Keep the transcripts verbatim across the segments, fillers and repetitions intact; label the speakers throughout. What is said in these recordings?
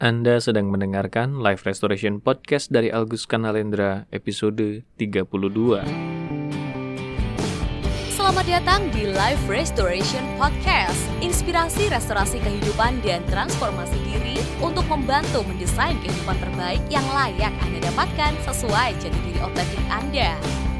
Speaker 1: Anda sedang mendengarkan Live Restoration Podcast dari Algus Kanalendra episode tiga puluh dua.
Speaker 2: Selamat datang di Live Restoration Podcast. Inspirasi restorasi kehidupan dan transformasi diri untuk membantu mendesain kehidupan terbaik yang layak Anda dapatkan sesuai jati diri otentik Anda.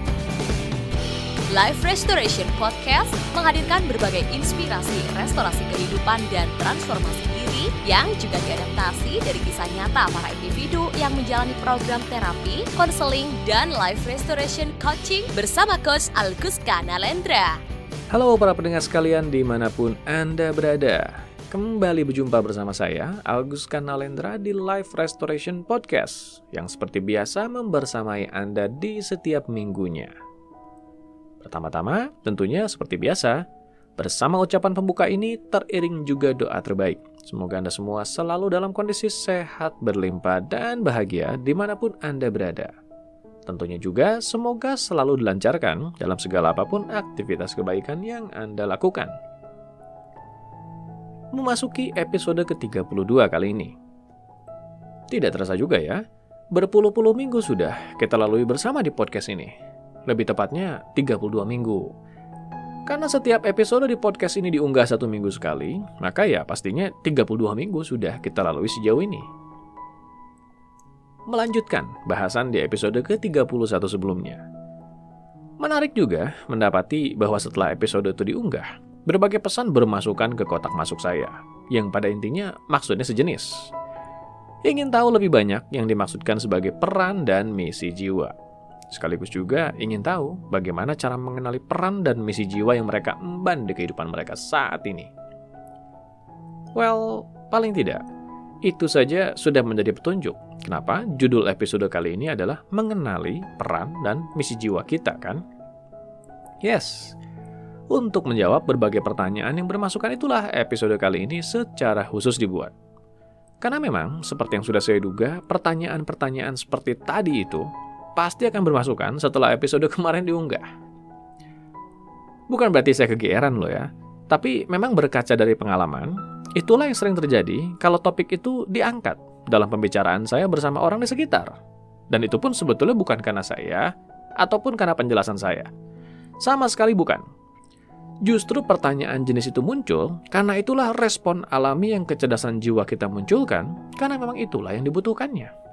Speaker 2: Live Restoration Podcast menghadirkan berbagai inspirasi restorasi kehidupan dan transformasi diri yang juga diadaptasi dari kisah nyata para individu yang menjalani program terapi, konseling, dan live restoration coaching bersama Coach Algus Kanalendra.
Speaker 1: Halo para pendengar sekalian dimanapun Anda berada. Kembali berjumpa bersama saya, Algus Kanalendra di Live Restoration Podcast yang seperti biasa membersamai Anda di setiap minggunya. Pertama-tama, tentunya seperti biasa, bersama ucapan pembuka ini teriring juga doa terbaik. Semoga Anda semua selalu dalam kondisi sehat, berlimpah, dan bahagia dimanapun Anda berada. Tentunya juga semoga selalu dilancarkan dalam segala apapun aktivitas kebaikan yang Anda lakukan. Memasuki episode ke tiga puluh dua kali ini. Tidak terasa juga ya, berpuluh-puluh minggu sudah kita lalui bersama di podcast ini. Lebih tepatnya tiga puluh dua minggu. Karena setiap episode di podcast ini diunggah satu minggu sekali, maka ya pastinya tiga puluh dua minggu sudah kita lalui sejauh ini. Melanjutkan bahasan di episode ke tiga puluh satu sebelumnya. Menarik juga mendapati bahwa setelah episode itu diunggah, berbagai pesan bermasukan ke kotak masuk saya, yang pada intinya maksudnya sejenis. Ingin tahu lebih banyak yang dimaksudkan sebagai peran dan misi jiwa. Sekaligus juga ingin tahu bagaimana cara mengenali peran dan misi jiwa yang mereka emban di kehidupan mereka saat ini. Well, paling tidak, itu saja sudah menjadi petunjuk. Kenapa judul episode kali ini adalah mengenali peran dan misi jiwa kita, kan? Yes, untuk menjawab berbagai pertanyaan yang bermasukan itulah episode kali ini secara khusus dibuat. Karena memang, seperti yang sudah saya duga, pertanyaan-pertanyaan seperti tadi itu pasti akan bermasukan setelah episode kemarin diunggah. Bukan berarti saya kegeeran loh ya, tapi memang berkaca dari pengalaman, itulah yang sering terjadi kalau topik itu diangkat dalam pembicaraan saya bersama orang di sekitar. Dan itu pun sebetulnya bukan karena saya, ataupun karena penjelasan saya. Sama sekali bukan. Justru pertanyaan jenis itu muncul, karena itulah respon alami yang kecerdasan jiwa kita munculkan, karena memang itulah yang dibutuhkannya.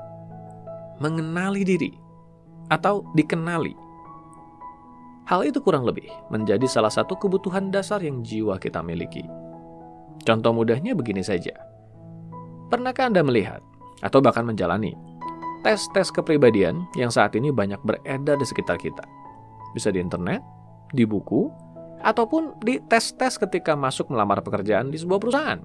Speaker 1: Mengenali diri atau dikenali. Hal itu kurang lebih menjadi salah satu kebutuhan dasar yang jiwa kita miliki. Contoh mudahnya begini saja. Pernahkah Anda melihat atau bahkan menjalani tes-tes kepribadian yang saat ini banyak beredar di sekitar kita? Bisa di internet, di buku, ataupun di tes-tes ketika masuk melamar pekerjaan di sebuah perusahaan.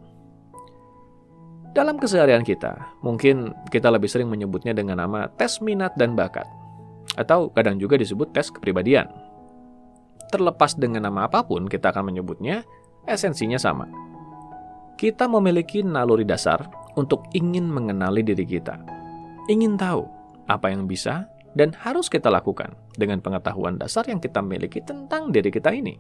Speaker 1: Dalam keseharian kita, mungkin kita lebih sering menyebutnya dengan nama tes minat dan bakat, atau kadang juga disebut tes kepribadian. Terlepas dengan nama apapun, kita akan menyebutnya, esensinya sama. Kita memiliki naluri dasar untuk ingin mengenali diri kita, ingin tahu apa yang bisa dan harus kita lakukan dengan pengetahuan dasar yang kita miliki tentang diri kita ini.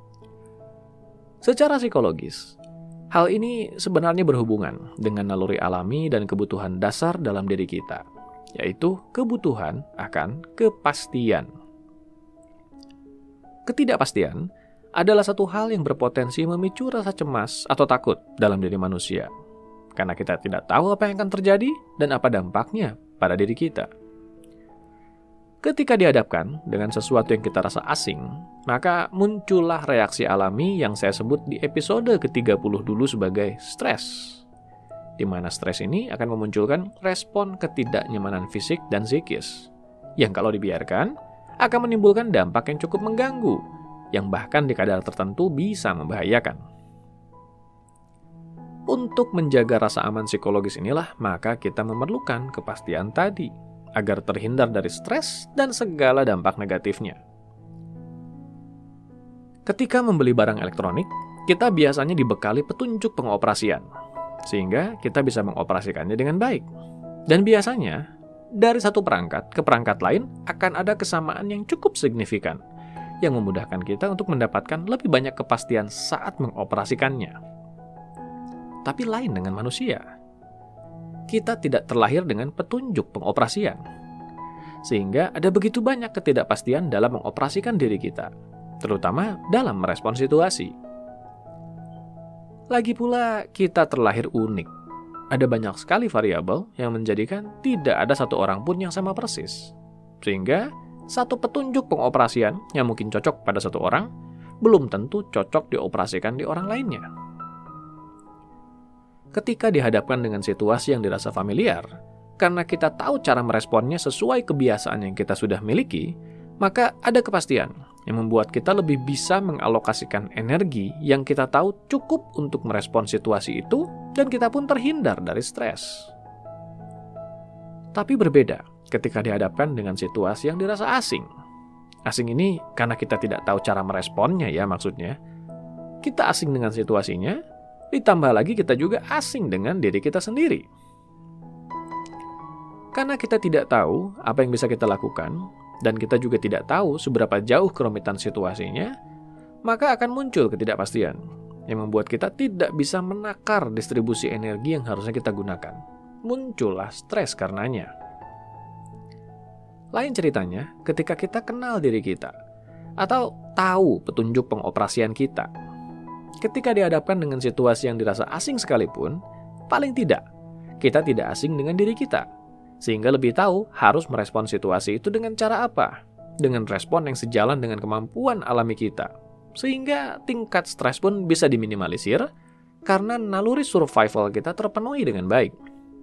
Speaker 1: Secara psikologis, hal ini sebenarnya berhubungan dengan naluri alami dan kebutuhan dasar dalam diri kita, yaitu kebutuhan akan kepastian. Ketidakpastian adalah satu hal yang berpotensi memicu rasa cemas atau takut dalam diri manusia, karena kita tidak tahu apa yang akan terjadi dan apa dampaknya pada diri kita. Ketika dihadapkan dengan sesuatu yang kita rasa asing, maka muncullah reaksi alami yang saya sebut di episode ke tiga puluh dulu sebagai stres. Di mana stres ini akan memunculkan respon ketidaknyamanan fisik dan psikis, yang kalau dibiarkan, akan menimbulkan dampak yang cukup mengganggu, yang bahkan di kadar tertentu bisa membahayakan. Untuk menjaga rasa aman psikologis inilah, maka kita memerlukan kepastian tadi, agar terhindar dari stres dan segala dampak negatifnya. Ketika membeli barang elektronik, kita biasanya dibekali petunjuk pengoperasian, sehingga kita bisa mengoperasikannya dengan baik. Dan biasanya, dari satu perangkat ke perangkat lain akan ada kesamaan yang cukup signifikan, yang memudahkan kita untuk mendapatkan lebih banyak kepastian saat mengoperasikannya. Tapi lain dengan manusia. kita tidak terlahir dengan petunjuk pengoperasian. Sehingga ada begitu banyak ketidakpastian dalam mengoperasikan diri kita, terutama dalam merespon situasi. Lagi pula, kita terlahir unik. Ada banyak sekali variabel yang menjadikan tidak ada satu orang pun yang sama persis. Sehingga, satu petunjuk pengoperasian yang mungkin cocok pada satu orang, belum tentu cocok dioperasikan di orang lainnya. Ketika dihadapkan dengan situasi yang dirasa familiar, karena kita tahu cara meresponnya sesuai kebiasaan yang kita sudah miliki, maka ada kepastian yang membuat kita lebih bisa mengalokasikan energi yang kita tahu cukup untuk merespon situasi itu, dan kita pun terhindar dari stres. Tapi berbeda ketika dihadapkan dengan situasi yang dirasa asing. Asing ini karena kita tidak tahu cara meresponnya ya maksudnya. Kita asing dengan situasinya, ditambah lagi kita juga asing dengan diri kita sendiri. Karena kita tidak tahu apa yang bisa kita lakukan, dan kita juga tidak tahu seberapa jauh kerumitan situasinya, maka akan muncul ketidakpastian yang membuat kita tidak bisa menakar distribusi energi yang harusnya kita gunakan. Muncullah stres karenanya. Lain ceritanya ketika kita kenal diri kita, atau tahu petunjuk pengoperasian kita. Ketika dihadapkan dengan situasi yang dirasa asing sekalipun, paling tidak, kita tidak asing dengan diri kita. Sehingga lebih tahu harus merespon situasi itu dengan cara apa, dengan respon yang sejalan dengan kemampuan alami kita. Sehingga tingkat stres pun bisa diminimalisir, karena naluri survival kita terpenuhi dengan baik.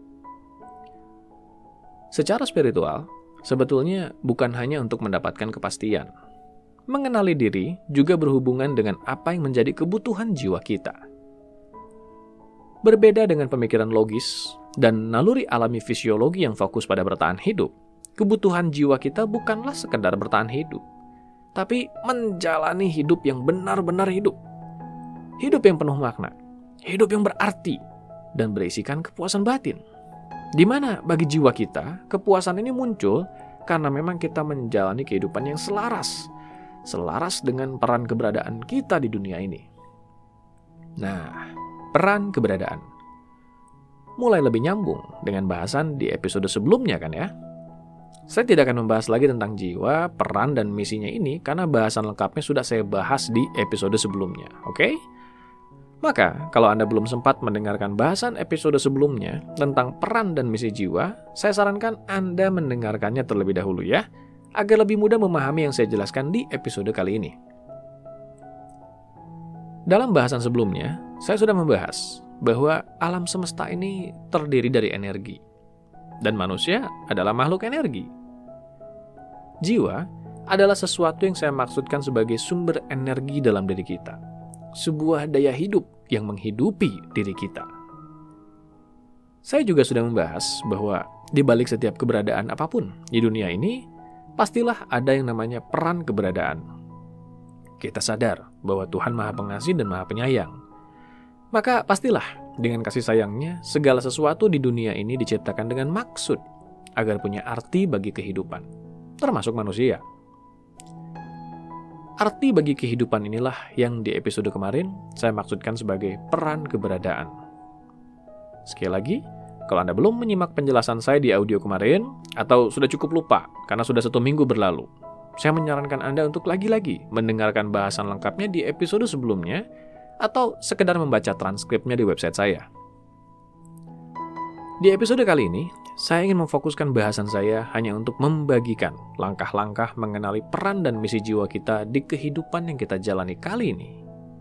Speaker 1: Secara spiritual, sebetulnya bukan hanya untuk mendapatkan kepastian. Mengenali diri juga berhubungan dengan apa yang menjadi kebutuhan jiwa kita. Berbeda dengan pemikiran logis dan naluri alami fisiologi yang fokus pada bertahan hidup, kebutuhan jiwa kita bukanlah sekedar bertahan hidup, tapi menjalani hidup yang benar-benar hidup. Hidup yang penuh makna, hidup yang berarti, dan berisikan kepuasan batin. Di mana bagi jiwa kita, kepuasan ini muncul karena memang kita menjalani kehidupan yang selaras, selaras dengan peran keberadaan kita di dunia ini. Nah, peran keberadaan mulai lebih nyambung dengan bahasan di episode sebelumnya kan ya. Saya tidak akan membahas lagi tentang jiwa, peran, dan misinya ini karena bahasan lengkapnya sudah saya bahas di episode sebelumnya, oke? Okay? Maka, kalau Anda belum sempat mendengarkan bahasan episode sebelumnya tentang peran dan misi jiwa, saya sarankan Anda mendengarkannya terlebih dahulu ya, agar lebih mudah memahami yang saya jelaskan di episode kali ini. Dalam bahasan sebelumnya, saya sudah membahas bahwa alam semesta ini terdiri dari energi, dan manusia adalah makhluk energi. Jiwa adalah sesuatu yang saya maksudkan sebagai sumber energi dalam diri kita, sebuah daya hidup yang menghidupi diri kita. Saya juga sudah membahas bahwa di balik setiap keberadaan apapun di dunia ini, pastilah ada yang namanya peran keberadaan. Kita sadar bahwa Tuhan Maha Pengasih dan Maha Penyayang. Maka pastilah dengan kasih sayangnya, segala sesuatu di dunia ini diciptakan dengan maksud agar punya arti bagi kehidupan, termasuk manusia. Arti bagi kehidupan inilah yang di episode kemarin saya maksudkan sebagai peran keberadaan. Sekali lagi, kalau Anda belum menyimak penjelasan saya di audio kemarin, atau sudah cukup lupa karena sudah satu minggu berlalu, saya menyarankan Anda untuk lagi-lagi mendengarkan bahasan lengkapnya di episode sebelumnya, atau sekedar membaca transkripnya di website saya. Di episode kali ini, saya ingin memfokuskan bahasan saya hanya untuk membagikan langkah-langkah mengenali peran dan misi jiwa kita di kehidupan yang kita jalani kali ini.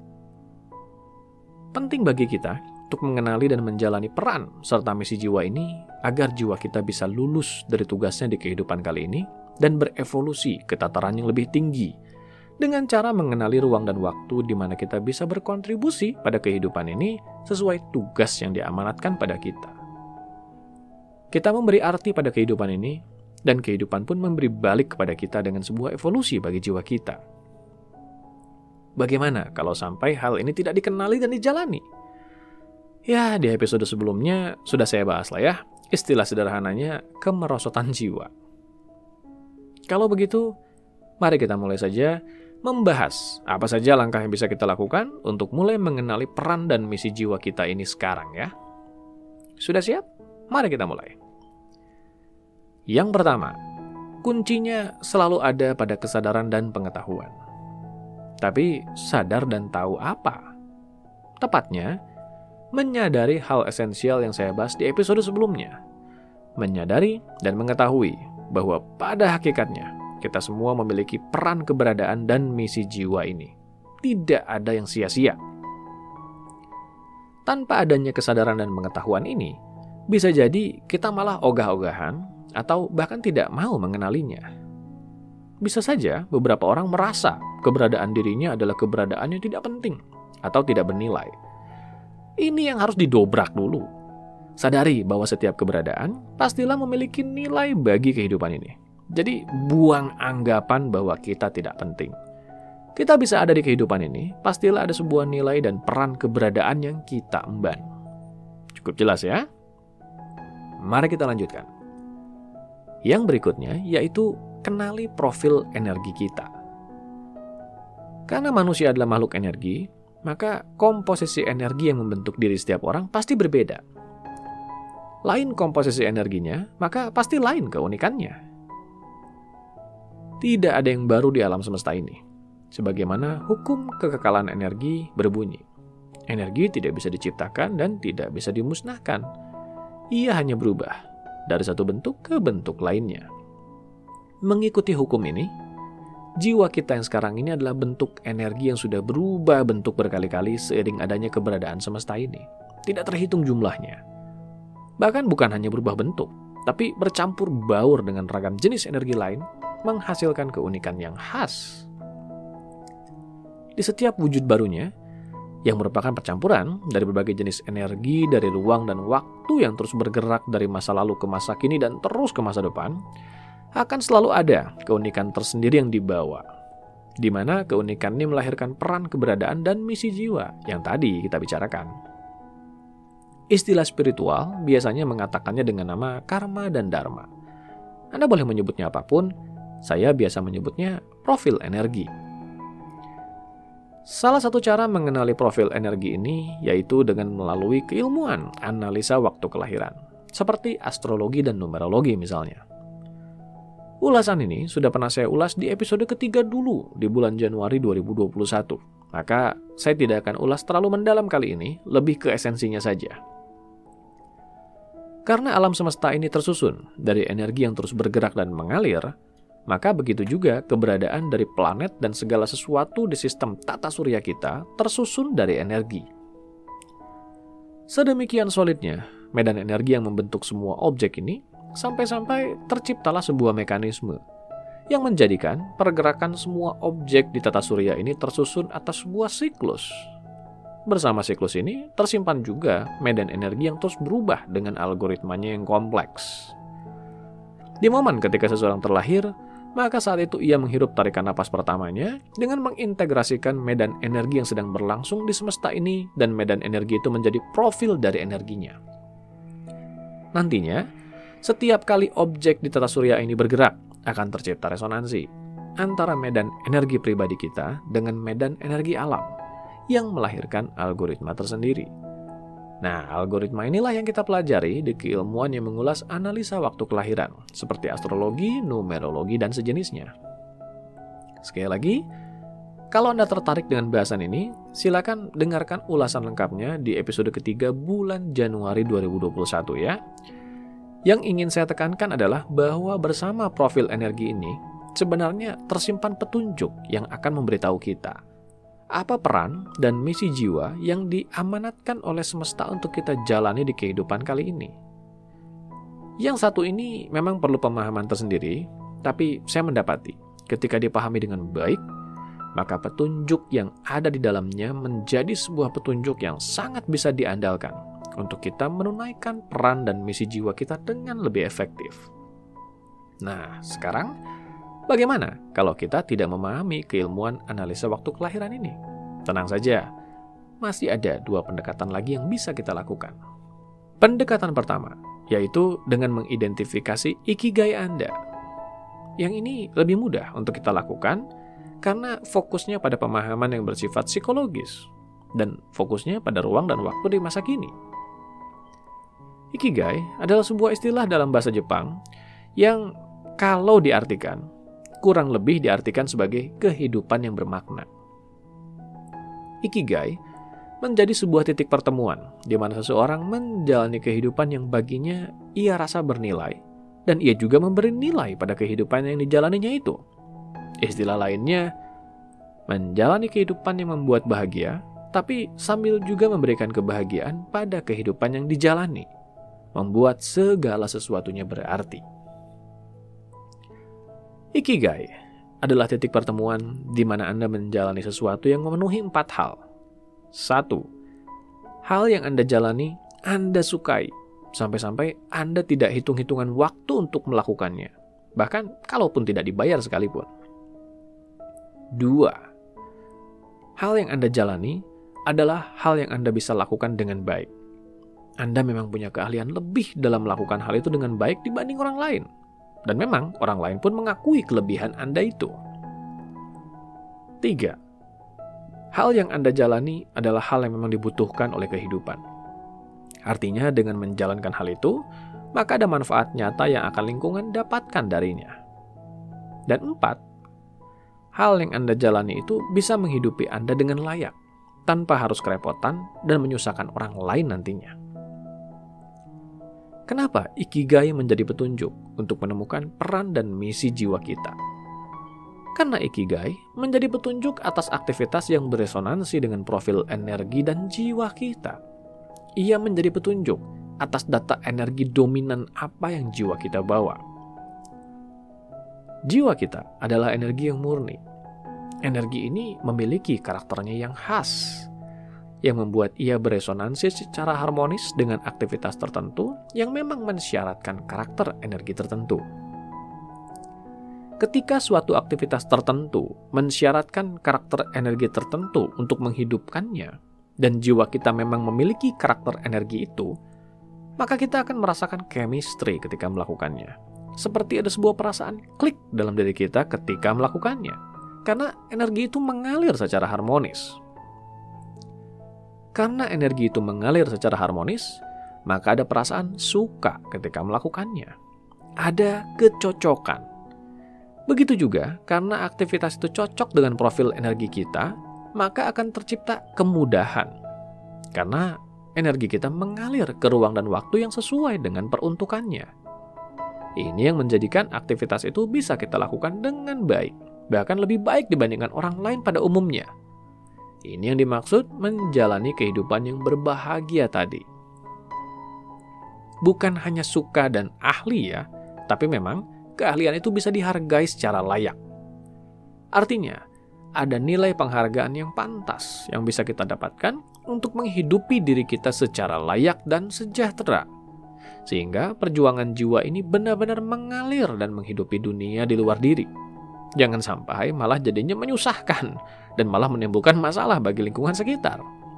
Speaker 1: Penting bagi kita untuk mengenali dan menjalani peran serta misi jiwa ini agar jiwa kita bisa lulus dari tugasnya di kehidupan kali ini dan berevolusi ke tataran yang lebih tinggi dengan cara mengenali ruang dan waktu di mana kita bisa berkontribusi pada kehidupan ini sesuai tugas yang diamanatkan pada kita. Kita memberi arti pada kehidupan ini, dan kehidupan pun memberi balik kepada kita dengan sebuah evolusi bagi jiwa kita. Bagaimana kalau sampai hal ini tidak dikenali dan dijalani? Ya, di episode sebelumnya sudah saya bahas lah ya, istilah sederhananya kemerosotan jiwa. Kalau begitu, mari kita mulai saja membahas apa saja langkah yang bisa kita lakukan untuk mulai mengenali peran dan misi jiwa kita ini sekarang ya. Sudah siap? Mari kita mulai. Yang pertama, kuncinya selalu ada pada kesadaran dan pengetahuan. Tapi sadar dan tahu apa? Tepatnya, menyadari hal esensial yang saya bahas di episode sebelumnya. Menyadari dan mengetahui bahwa pada hakikatnya kita semua memiliki peran keberadaan dan misi jiwa ini. Tidak ada yang sia-sia. Tanpa adanya kesadaran dan pengetahuan ini, bisa jadi kita malah ogah-ogahan atau bahkan tidak mau mengenalinya. Bisa saja beberapa orang merasa keberadaan dirinya adalah keberadaan yang tidak penting atau tidak bernilai. Ini yang harus didobrak dulu. Sadari bahwa setiap keberadaan pastilah memiliki nilai bagi kehidupan ini. Jadi buang anggapan bahwa kita tidak penting. Kita bisa ada di kehidupan ini, pastilah ada sebuah nilai dan peran keberadaan yang kita emban. Cukup jelas ya? Mari kita lanjutkan. Yang berikutnya yaitu kenali profil energi kita. Karena manusia adalah makhluk energi, maka komposisi energi yang membentuk diri setiap orang pasti berbeda. Lain komposisi energinya, maka pasti lain keunikannya. Tidak ada yang baru di alam semesta ini. Sebagaimana hukum kekekalan energi berbunyi. Energi tidak bisa diciptakan dan tidak bisa dimusnahkan. Ia hanya berubah dari satu bentuk ke bentuk lainnya. Mengikuti hukum ini, jiwa kita yang sekarang ini adalah bentuk energi yang sudah berubah bentuk berkali-kali seiring adanya keberadaan semesta ini. Tidak terhitung jumlahnya. Bahkan bukan hanya berubah bentuk, tapi bercampur baur dengan ragam jenis energi lain, menghasilkan keunikan yang khas. Di setiap wujud barunya, yang merupakan percampuran dari berbagai jenis energi dari ruang dan waktu yang terus bergerak dari masa lalu ke masa kini dan terus ke masa depan, akan selalu ada keunikan tersendiri yang dibawa, di mana keunikan ini melahirkan peran keberadaan dan misi jiwa yang tadi kita bicarakan. Istilah spiritual biasanya mengatakannya dengan nama karma dan dharma. Anda boleh menyebutnya apapun, saya biasa menyebutnya profil energi. Salah satu cara mengenali profil energi ini yaitu dengan melalui keilmuan analisa waktu kelahiran, seperti astrologi dan numerologi misalnya. Ulasan ini sudah pernah saya ulas di episode ketiga dulu di bulan Januari dua ribu dua puluh satu. Maka saya tidak akan ulas terlalu mendalam kali ini, lebih ke esensinya saja. Karena alam semesta ini tersusun dari energi yang terus bergerak dan mengalir, maka begitu juga keberadaan dari planet dan segala sesuatu di sistem tata surya kita tersusun dari energi. Sedemikian solidnya medan energi yang membentuk semua objek ini, sampai-sampai terciptalah sebuah mekanisme yang menjadikan pergerakan semua objek di tata surya ini tersusun atas sebuah siklus. Bersama siklus ini tersimpan juga medan energi yang terus berubah dengan algoritmanya yang kompleks. Di momen ketika seseorang terlahir, maka saat itu ia menghirup tarikan napas pertamanya dengan mengintegrasikan medan energi yang sedang berlangsung di semesta ini, dan medan energi itu menjadi profil dari energinya. Nantinya, setiap kali objek di tata surya ini bergerak, akan tercipta resonansi antara medan energi pribadi kita dengan medan energi alam yang melahirkan algoritma tersendiri. Nah, algoritma inilah yang kita pelajari di keilmuan yang mengulas analisa waktu kelahiran, seperti astrologi, numerologi, dan sejenisnya. Sekali lagi, kalau Anda tertarik dengan bahasan ini, silakan dengarkan ulasan lengkapnya di episode ketiga bulan Januari dua ribu dua puluh satu ya. Yang ingin saya tekankan adalah bahwa bersama profil energi ini, sebenarnya tersimpan petunjuk yang akan memberitahu kita apa peran dan misi jiwa yang diamanatkan oleh semesta untuk kita jalani di kehidupan kali ini. Yang satu ini memang perlu pemahaman tersendiri, tapi saya mendapati ketika dipahami dengan baik, maka petunjuk yang ada di dalamnya menjadi sebuah petunjuk yang sangat bisa diandalkan untuk kita menunaikan peran dan misi jiwa kita dengan lebih efektif. Nah, sekarang bagaimana kalau kita tidak memahami keilmuan analisa waktu kelahiran ini? Tenang saja, masih ada dua pendekatan lagi yang bisa kita lakukan. Pendekatan pertama, yaitu dengan mengidentifikasi ikigai Anda. Yang ini lebih mudah untuk kita lakukan karena fokusnya pada pemahaman yang bersifat psikologis dan fokusnya pada ruang dan waktu di masa kini. Ikigai adalah sebuah istilah dalam bahasa Jepang yang kalau diartikan, kurang lebih diartikan sebagai kehidupan yang bermakna. Ikigai menjadi sebuah titik pertemuan di mana seseorang menjalani kehidupan yang baginya ia rasa bernilai, dan ia juga memberi nilai pada kehidupan yang dijalaninya itu. Istilah lainnya, menjalani kehidupan yang membuat bahagia, tapi sambil juga memberikan kebahagiaan pada kehidupan yang dijalani, membuat segala sesuatunya berarti. Ikigai adalah titik pertemuan di mana Anda menjalani sesuatu yang memenuhi empat hal. Satu, hal yang Anda jalani, Anda sukai, sampai-sampai Anda tidak hitung-hitungan waktu untuk melakukannya, bahkan kalaupun tidak dibayar sekalipun. Dua, hal yang Anda jalani adalah hal yang Anda bisa lakukan dengan baik. Anda memang punya keahlian lebih dalam melakukan hal itu dengan baik dibanding orang lain. Dan memang orang lain pun mengakui kelebihan Anda itu. Tiga, hal yang Anda jalani adalah hal yang memang dibutuhkan oleh kehidupan. Artinya dengan menjalankan hal itu, maka ada manfaat nyata yang akan lingkungan dapatkan darinya. Dan empat, hal yang Anda jalani itu bisa menghidupi Anda dengan layak, tanpa harus kerepotan dan menyusahkan orang lain nantinya. Kenapa Ikigai menjadi petunjuk untuk menemukan peran dan misi jiwa kita? Karena Ikigai menjadi petunjuk atas aktivitas yang beresonansi dengan profil energi dan jiwa kita. Ia menjadi petunjuk atas data energi dominan apa yang jiwa kita bawa. Jiwa kita adalah energi yang murni. Energi ini memiliki karakternya yang khas, yang membuat ia beresonansi secara harmonis dengan aktivitas tertentu yang memang mensyaratkan karakter energi tertentu. Ketika suatu aktivitas tertentu mensyaratkan karakter energi tertentu untuk menghidupkannya, dan jiwa kita memang memiliki karakter energi itu, maka kita akan merasakan chemistry ketika melakukannya. Seperti ada sebuah perasaan klik dalam diri kita ketika melakukannya, karena energi itu mengalir secara harmonis. Karena energi itu mengalir secara harmonis, maka ada perasaan suka ketika melakukannya. Ada kecocokan. Begitu juga, karena aktivitas itu cocok dengan profil energi kita, maka akan tercipta kemudahan. Karena energi kita mengalir ke ruang dan waktu yang sesuai dengan peruntukannya. Ini yang menjadikan aktivitas itu bisa kita lakukan dengan baik, bahkan lebih baik dibandingkan orang lain pada umumnya. Ini yang dimaksud menjalani kehidupan yang berbahagia tadi. Bukan hanya suka dan ahli ya, tapi memang keahlian itu bisa dihargai secara layak. Artinya, ada nilai penghargaan yang pantas yang bisa kita dapatkan untuk menghidupi diri kita secara layak dan sejahtera. Sehingga perjuangan jiwa ini benar-benar mengalir dan menghidupi dunia di luar diri. Jangan sampai malah jadinya menyusahkan dan malah menimbulkan masalah bagi lingkungan sekitar.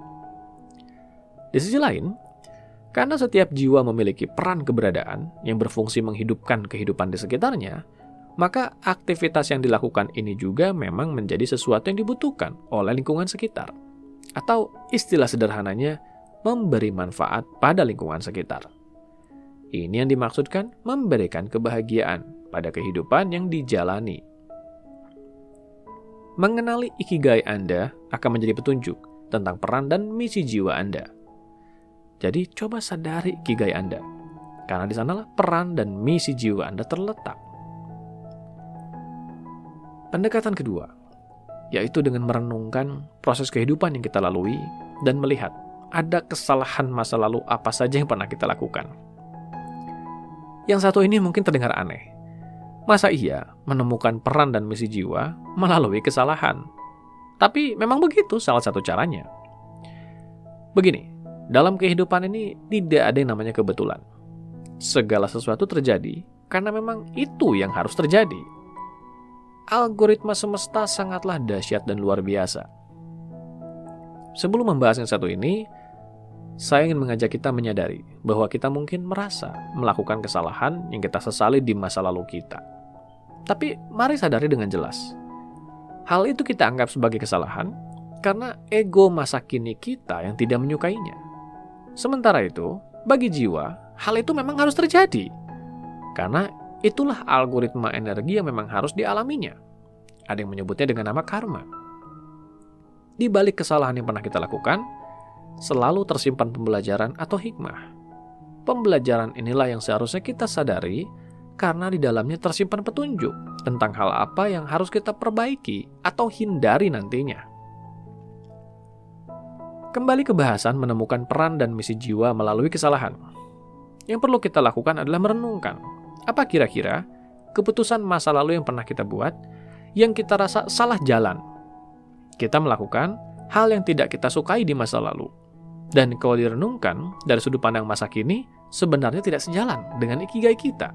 Speaker 1: Di sisi lain, karena setiap jiwa memiliki peran keberadaan yang berfungsi menghidupkan kehidupan di sekitarnya, maka aktivitas yang dilakukan ini juga memang menjadi sesuatu yang dibutuhkan oleh lingkungan sekitar. Atau istilah sederhananya, memberi manfaat pada lingkungan sekitar. Ini yang dimaksudkan memberikan kebahagiaan pada kehidupan yang dijalani. Mengenali Ikigai Anda akan menjadi petunjuk tentang peran dan misi jiwa Anda. Jadi coba sadari Ikigai Anda, karena di sanalah peran dan misi jiwa Anda terletak. Pendekatan kedua, yaitu dengan merenungkan proses kehidupan yang kita lalui dan melihat ada kesalahan masa lalu apa saja yang pernah kita lakukan. Yang satu ini mungkin terdengar aneh. Masa iya menemukan peran dan misi jiwa melalui kesalahan? Tapi memang begitu salah satu caranya. Begini, dalam kehidupan ini tidak ada yang namanya kebetulan. Segala sesuatu terjadi karena memang itu yang harus terjadi. Algoritma semesta sangatlah dahsyat dan luar biasa. Sebelum membahas yang satu ini, saya ingin mengajak kita menyadari bahwa kita mungkin merasa melakukan kesalahan yang kita sesali di masa lalu kita. Tapi mari sadari dengan jelas. Hal itu kita anggap sebagai kesalahan karena ego masa kini kita yang tidak menyukainya. Sementara itu, bagi jiwa, hal itu memang harus terjadi. Karena itulah algoritma energi yang memang harus dialaminya. Ada yang menyebutnya dengan nama karma. Di balik kesalahan yang pernah kita lakukan, selalu tersimpan pembelajaran atau hikmah. Pembelajaran inilah yang seharusnya kita sadari karena di dalamnya tersimpan petunjuk tentang hal apa yang harus kita perbaiki atau hindari nantinya. Kembali ke bahasan menemukan peran dan misi jiwa melalui kesalahan. Yang perlu kita lakukan adalah merenungkan, apa kira-kira keputusan masa lalu yang pernah kita buat yang kita rasa salah jalan. Kita melakukan hal yang tidak kita sukai di masa lalu. Dan kalau direnungkan dari sudut pandang masa kini, sebenarnya tidak sejalan dengan ikigai kita.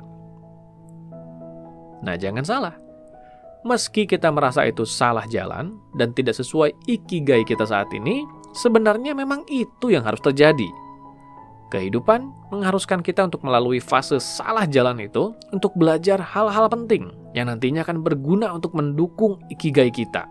Speaker 1: Nah, jangan salah. Meski kita merasa itu salah jalan dan tidak sesuai ikigai kita saat ini, sebenarnya memang itu yang harus terjadi. Kehidupan mengharuskan kita untuk melalui fase salah jalan itu untuk belajar hal-hal penting yang nantinya akan berguna untuk mendukung ikigai kita.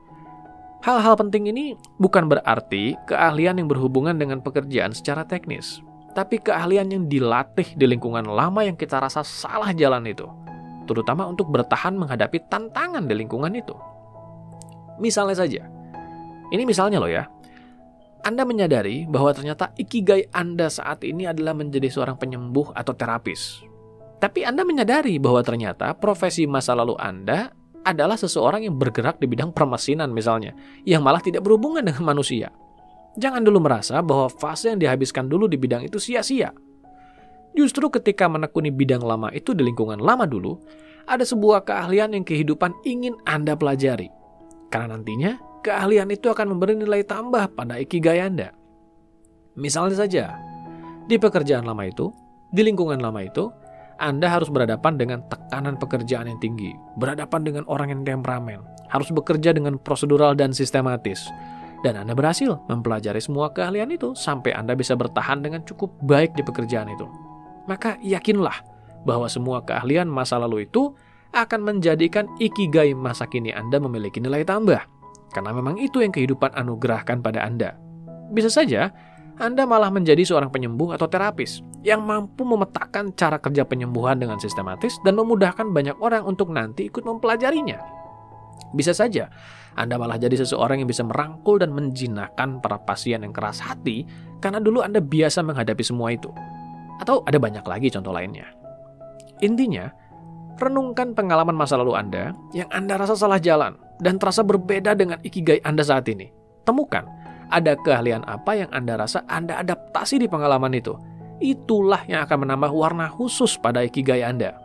Speaker 1: Hal-hal penting ini bukan berarti keahlian yang berhubungan dengan pekerjaan secara teknis, tapi keahlian yang dilatih di lingkungan lama yang kita rasa salah jalan itu, terutama untuk bertahan menghadapi tantangan di lingkungan itu. Misalnya saja, ini misalnya loh ya, Anda menyadari bahwa ternyata ikigai Anda saat ini adalah menjadi seorang penyembuh atau terapis. Tapi Anda menyadari bahwa ternyata profesi masa lalu Anda adalah seseorang yang bergerak di bidang permesinan misalnya, yang malah tidak berhubungan dengan manusia. Jangan dulu merasa bahwa fase yang dihabiskan dulu di bidang itu sia-sia. Justru ketika menekuni bidang lama itu di lingkungan lama dulu, ada sebuah keahlian yang kehidupan ingin Anda pelajari. Karena nantinya, keahlian itu akan memberi nilai tambah pada ikigai Anda. Misalnya saja, di pekerjaan lama itu, di lingkungan lama itu, Anda harus berhadapan dengan tekanan pekerjaan yang tinggi, berhadapan dengan orang yang temperamen, harus bekerja dengan prosedural dan sistematis. Dan Anda berhasil mempelajari semua keahlian itu sampai Anda bisa bertahan dengan cukup baik di pekerjaan itu. Maka yakinlah bahwa semua keahlian masa lalu itu akan menjadikan ikigai masa kini Anda memiliki nilai tambah. Karena memang itu yang kehidupan anugerahkan pada Anda. Bisa saja Anda malah menjadi seorang penyembuh atau terapis yang mampu memetakan cara kerja penyembuhan dengan sistematis dan memudahkan banyak orang untuk nanti ikut mempelajarinya. Bisa saja Anda malah jadi seseorang yang bisa merangkul dan menjinakkan para pasien yang keras hati karena dulu Anda biasa menghadapi semua itu. Atau ada banyak lagi contoh lainnya. Intinya, renungkan pengalaman masa lalu Anda yang Anda rasa salah jalan dan terasa berbeda dengan ikigai Anda saat ini. Temukan, ada keahlian apa yang Anda rasa Anda adaptasi di pengalaman itu. Itulah yang akan menambah warna khusus pada ikigai Anda.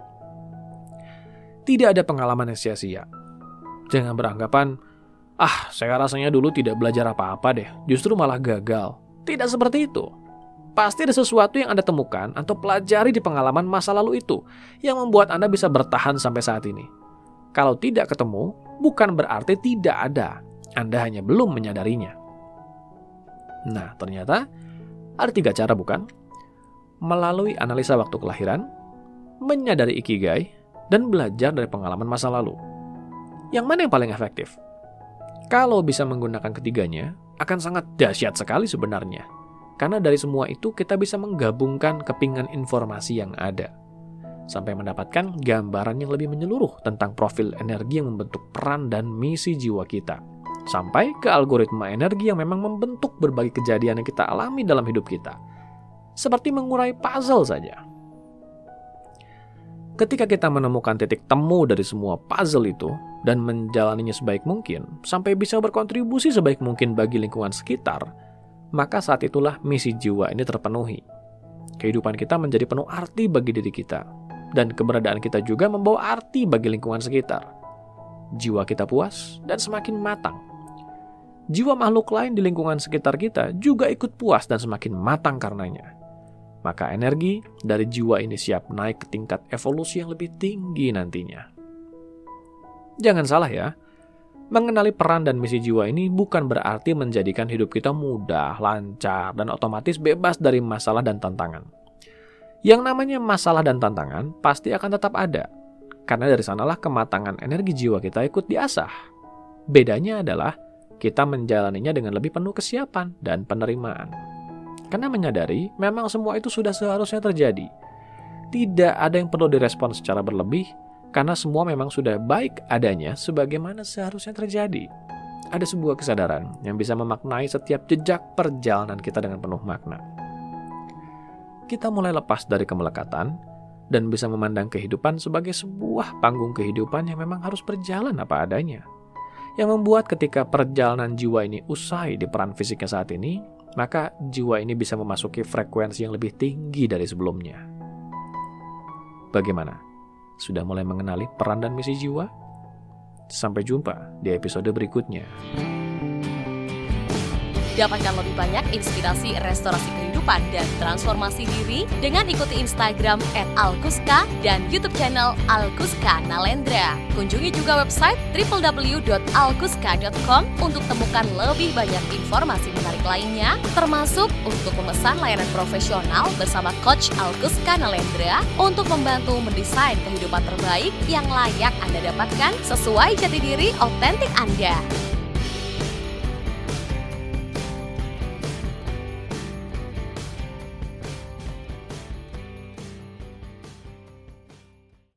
Speaker 1: Tidak ada pengalaman yang sia-sia. Jangan beranggapan, ah saya rasanya dulu tidak belajar apa-apa deh, justru malah gagal. Tidak seperti itu. Pasti ada sesuatu yang Anda temukan atau pelajari di pengalaman masa lalu itu yang membuat Anda bisa bertahan sampai saat ini. Kalau tidak ketemu, bukan berarti tidak ada. Anda hanya belum menyadarinya. Nah, ternyata ada tiga cara bukan? Melalui analisa waktu kelahiran, menyadari ikigai, dan belajar dari pengalaman masa lalu. Yang mana yang paling efektif? Kalau bisa menggunakan ketiganya, akan sangat dahsyat sekali sebenarnya. Karena dari semua itu kita bisa menggabungkan kepingan informasi yang ada. Sampai mendapatkan gambaran yang lebih menyeluruh tentang profil energi yang membentuk peran dan misi jiwa kita. Sampai ke algoritma energi yang memang membentuk berbagai kejadian yang kita alami dalam hidup kita. Seperti mengurai puzzle saja. Ketika kita menemukan titik temu dari semua puzzle itu dan menjalaninya sebaik mungkin, sampai bisa berkontribusi sebaik mungkin bagi lingkungan sekitar, maka saat itulah misi jiwa ini terpenuhi. Kehidupan kita menjadi penuh arti bagi diri kita, dan keberadaan kita juga membawa arti bagi lingkungan sekitar. Jiwa kita puas dan semakin matang. Jiwa makhluk lain di lingkungan sekitar kita juga ikut puas dan semakin matang karenanya. Maka energi dari jiwa ini siap naik ke tingkat evolusi yang lebih tinggi nantinya. Jangan salah ya, mengenali peran dan misi jiwa ini bukan berarti menjadikan hidup kita mudah, lancar, dan otomatis bebas dari masalah dan tantangan. Yang namanya masalah dan tantangan pasti akan tetap ada, karena dari sanalah kematangan energi jiwa kita ikut diasah. Bedanya adalah kita menjalaninya dengan lebih penuh kesiapan dan penerimaan. karena menyadari memang semua itu sudah seharusnya terjadi. Tidak ada yang perlu direspon secara berlebih, karena semua memang sudah baik adanya sebagaimana seharusnya terjadi. Ada sebuah kesadaran yang bisa memaknai setiap jejak perjalanan kita dengan penuh makna. Kita mulai lepas dari kemelekatan dan bisa memandang kehidupan sebagai sebuah panggung kehidupan yang memang harus berjalan apa adanya. Yang membuat ketika perjalanan jiwa ini usai di peran fisiknya saat ini, maka jiwa ini bisa memasuki frekuensi yang lebih tinggi dari sebelumnya. Bagaimana? Sudah mulai mengenali peran dan misi jiwa? Sampai jumpa di episode berikutnya.
Speaker 2: Dapatkan lebih banyak inspirasi restorasi kehidupan dan transformasi diri dengan ikuti Instagram et alkuska dan YouTube channel Alkuska Nalendra. Kunjungi juga website double-u double-u double-u dot alkuska dot com untuk temukan lebih banyak informasi menarik lainnya, termasuk untuk memesan layanan profesional bersama Coach Alkuska Nalendra untuk membantu mendesain kehidupan terbaik yang layak Anda dapatkan sesuai jati diri otentik Anda.